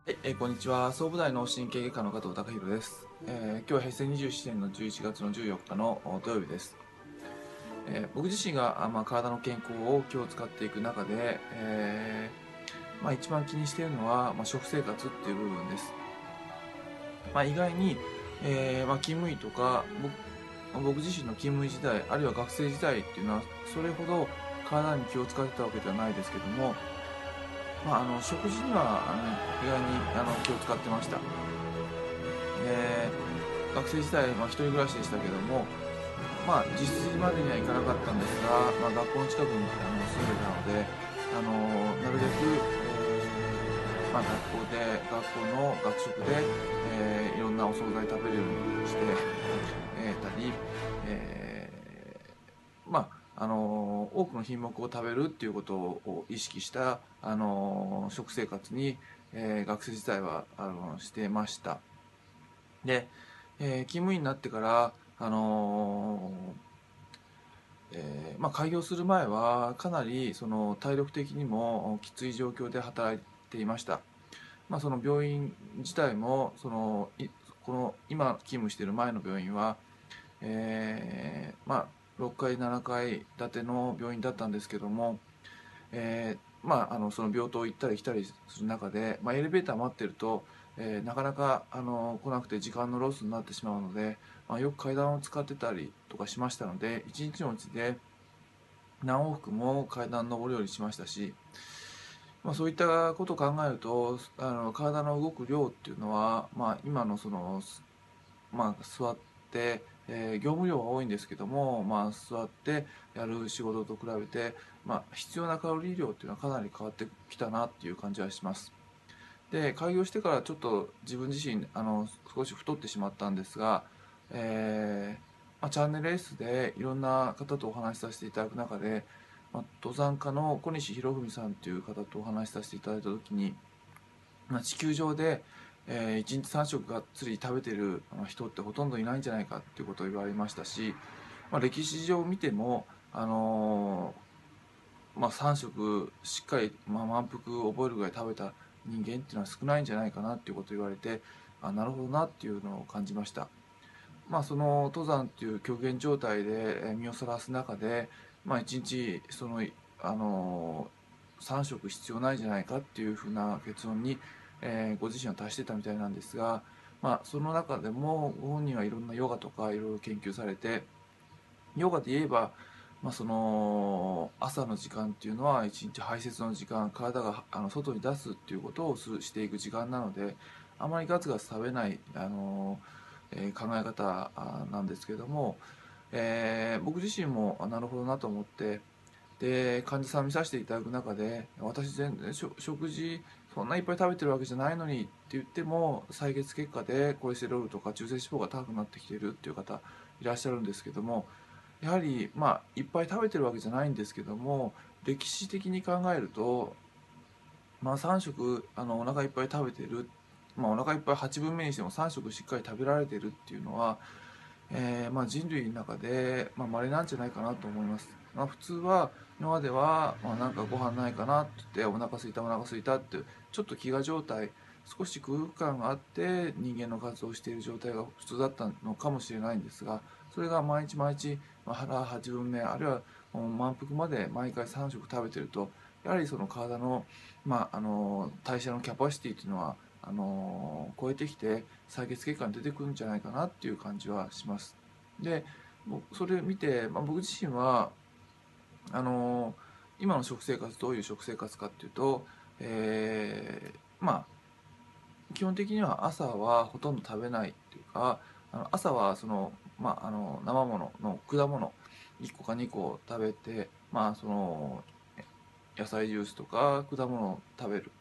はい、こんにちは。総武大の神経外科の加藤孝弘です。今日は平成27年の11月の14日の土曜日です。僕自身が体の健康を気を使っていく中で、一番気にしているのは、食生活っていう部分です。意外に、勤務医とか僕自身の勤務医時代あるいは学生時代っていうのはそれほど体に気を使ってたわけではないですけども、食事には意外に気を使ってました。学生時代、一人暮らしでしたけども、自炊までにはいかなかったんですが、学校の近くに住んでたので、なるべく、学校の学食で、いろんなお惣菜食べれるようにして、たり、え多くの品目を食べるっていうことを意識した、食生活に、学生時代はしてました。で、勤務医になってから、開業する前はかなりその体力的にもきつい状況で働いていました。その病院自体もこの今勤務している前の病院は、6階7階建ての病院だったんですけども、その病棟行ったり来たりする中で、エレベーター待ってると、なかなか来なくて時間のロスになってしまうので、よく階段を使ってたりとかしましたので、一日のうちで何往復も階段上り下りしましたし、そういったことを考えると体の動く量っていうのは、今の座って、業務量は多いんですけども、座ってやる仕事と比べて、必要なカロリー量っていうのはかなり変わってきたなっていう感じはします。で、開業してからちょっと自分自身少し太ってしまったんですが、チャンネル S でいろんな方とお話しさせていただく中で、登山家の小西博文さんという方とお話しさせていただいた時に、地球上で、1日3食がっつり食べてる人ってほとんどいないんじゃないかっていうことを言われましたし、歴史上を見ても、3食しっかり、満腹を覚えるぐらい食べた人間っていうのは少ないんじゃないかなっていうことを言われて、なるほどなっていうのを感じました。その登山っていう極限状態で身をさらす中で、1日あの3食必要ないんじゃないかっていうふうな結論に、ご自身は達してたみたいなんですが、その中でもご本人はいろんなヨガとかいろいろ研究されて、ヨガで言えば、その朝の時間っていうのは一日排泄の時間、体が外に出すっていうことをしていく時間なので、あまりガツガツ食べない考え方なんですけども、僕自身もなるほどなと思って、で患者さん見させていただく中で、私全然食事そんないっぱい食べてるわけじゃないのにって言っても、採血結果でコレステロールとか中性脂肪が高くなってきているっていう方いらっしゃるんですけども、やはりいっぱい食べてるわけじゃないんですけども、歴史的に考えると、3食お腹いっぱい食べてる、お腹いっぱい8分目にしても3食しっかり食べられてるっていうのは、人類の中で、稀なんじゃないかなと思います。普通は今までは、なんかご飯ないかなって言って、お腹空いたお腹空いたってちょっと飢餓状態、少し空腹感があって人間の活動をしている状態が普通だったのかもしれないんですが、それが毎日毎日、腹8分目あるいはもう満腹まで毎回3食食べてると、やはりその体の、代謝のキャパシティというのは超えてきて採血結果に出てくるんじゃないかなっていう感じはします。で、それを見て、僕自身はあの今の食生活どういう食生活かっていうと、基本的には朝はほとんど食べないっていうか、朝は生物の果物1個か2個食べて、野菜ジュースとか果物を食べる、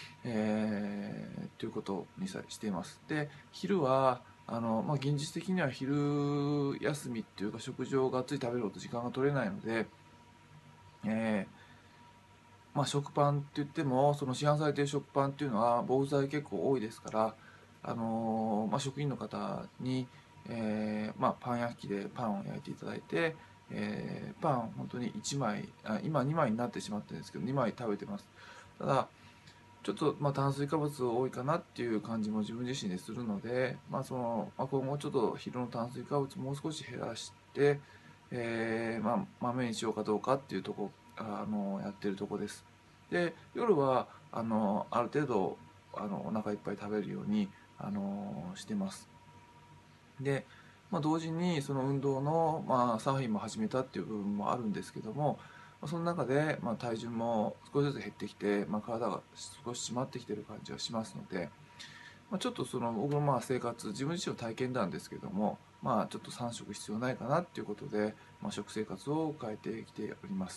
ということにしています。で、昼は現実的には昼休みっていうか食事をがっつり食べるほど時間が取れないので、え食パンって言ってもその市販されている食パンっていうのは防腐剤結構多いですから、職員の方に、パン焼きでパンを焼いていただいて、パン本当に1枚今2枚になってしまってるんですけど2枚食べてます。ただちょっと炭水化物多いかなっていう感じも自分自身でするので、今後ちょっと昼の炭水化物もう少し減らして、豆にしようかどうかっていうとこやってるとこです。で夜はある程度お腹いっぱい食べるようにしてます。で、同時にその運動の、サーフィンも始めたっていう部分もあるんですけども、その中で、体重も少しずつ減ってきて、体が少し締まってきてる感じがしますので、ちょっとその僕の生活、自分自身の体験談ですけども、ちょっと3食必要ないかなっていうことで、食生活を変えてきております。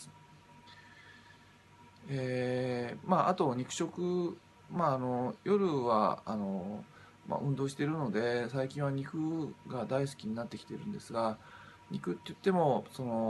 あと肉食、夜は運動しているので最近は肉が大好きになってきているんですが、肉って言っても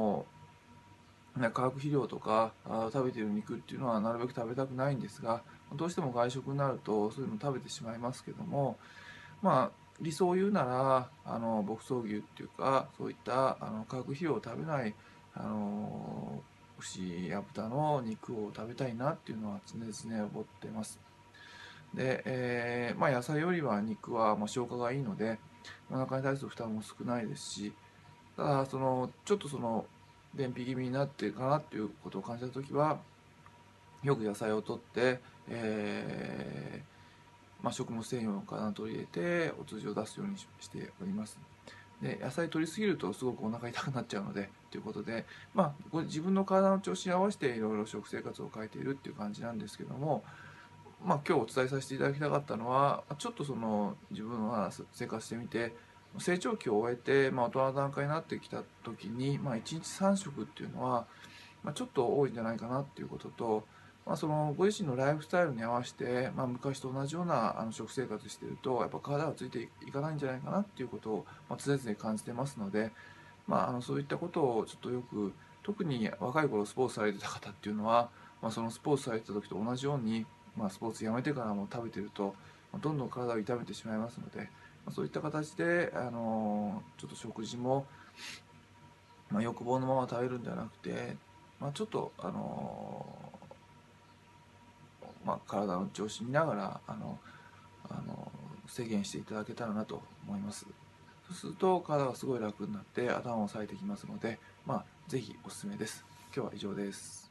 化学肥料とか食べている肉っていうのはなるべく食べたくないんですが、どうしても外食になるとそういうの食べてしまいますけども、理想を言うなら牧草牛っていうかそういった化学肥料を食べないあの牛や豚の肉を食べたいなっていうのは常々思ってます。で、野菜よりは肉は消化がいいのでお腹に対する負担も少ないですし、ただちょっと便秘気味になってるかなっていうことを感じた時はよく野菜をとって、食物繊維を体に取り入れてお通じを出すようにしております。で野菜取りすぎるとすごくお腹痛くなっちゃうのでということで、これ自分の体の調子に合わせていろいろ食生活を変えているっていう感じなんですけども、今日お伝えさせていただきたかったのはちょっと自分は生活してみて成長期を終えて、大人の段階になってきた時に、1日3食っていうのは、ちょっと多いんじゃないかなっていうことと、そのご自身のライフスタイルに合わせて、昔と同じような食生活してるとやっぱ体がついていかないんじゃないかなっていうことを、常々感じてますので、そういったことをちょっとよく、特に若い頃スポーツされてた方っていうのは、そのスポーツされてた時と同じように、スポーツやめてからも食べてると、どんどん体を痛めてしまいますので、そういった形でちょっと食事も、欲望のまま食べるんではなくて、ちょっと体の調子見ながらあの制限していただけたらなと思います。そうすると体がすごい楽になって頭も冴えてきますので、ぜひおすすめです。今日は以上です。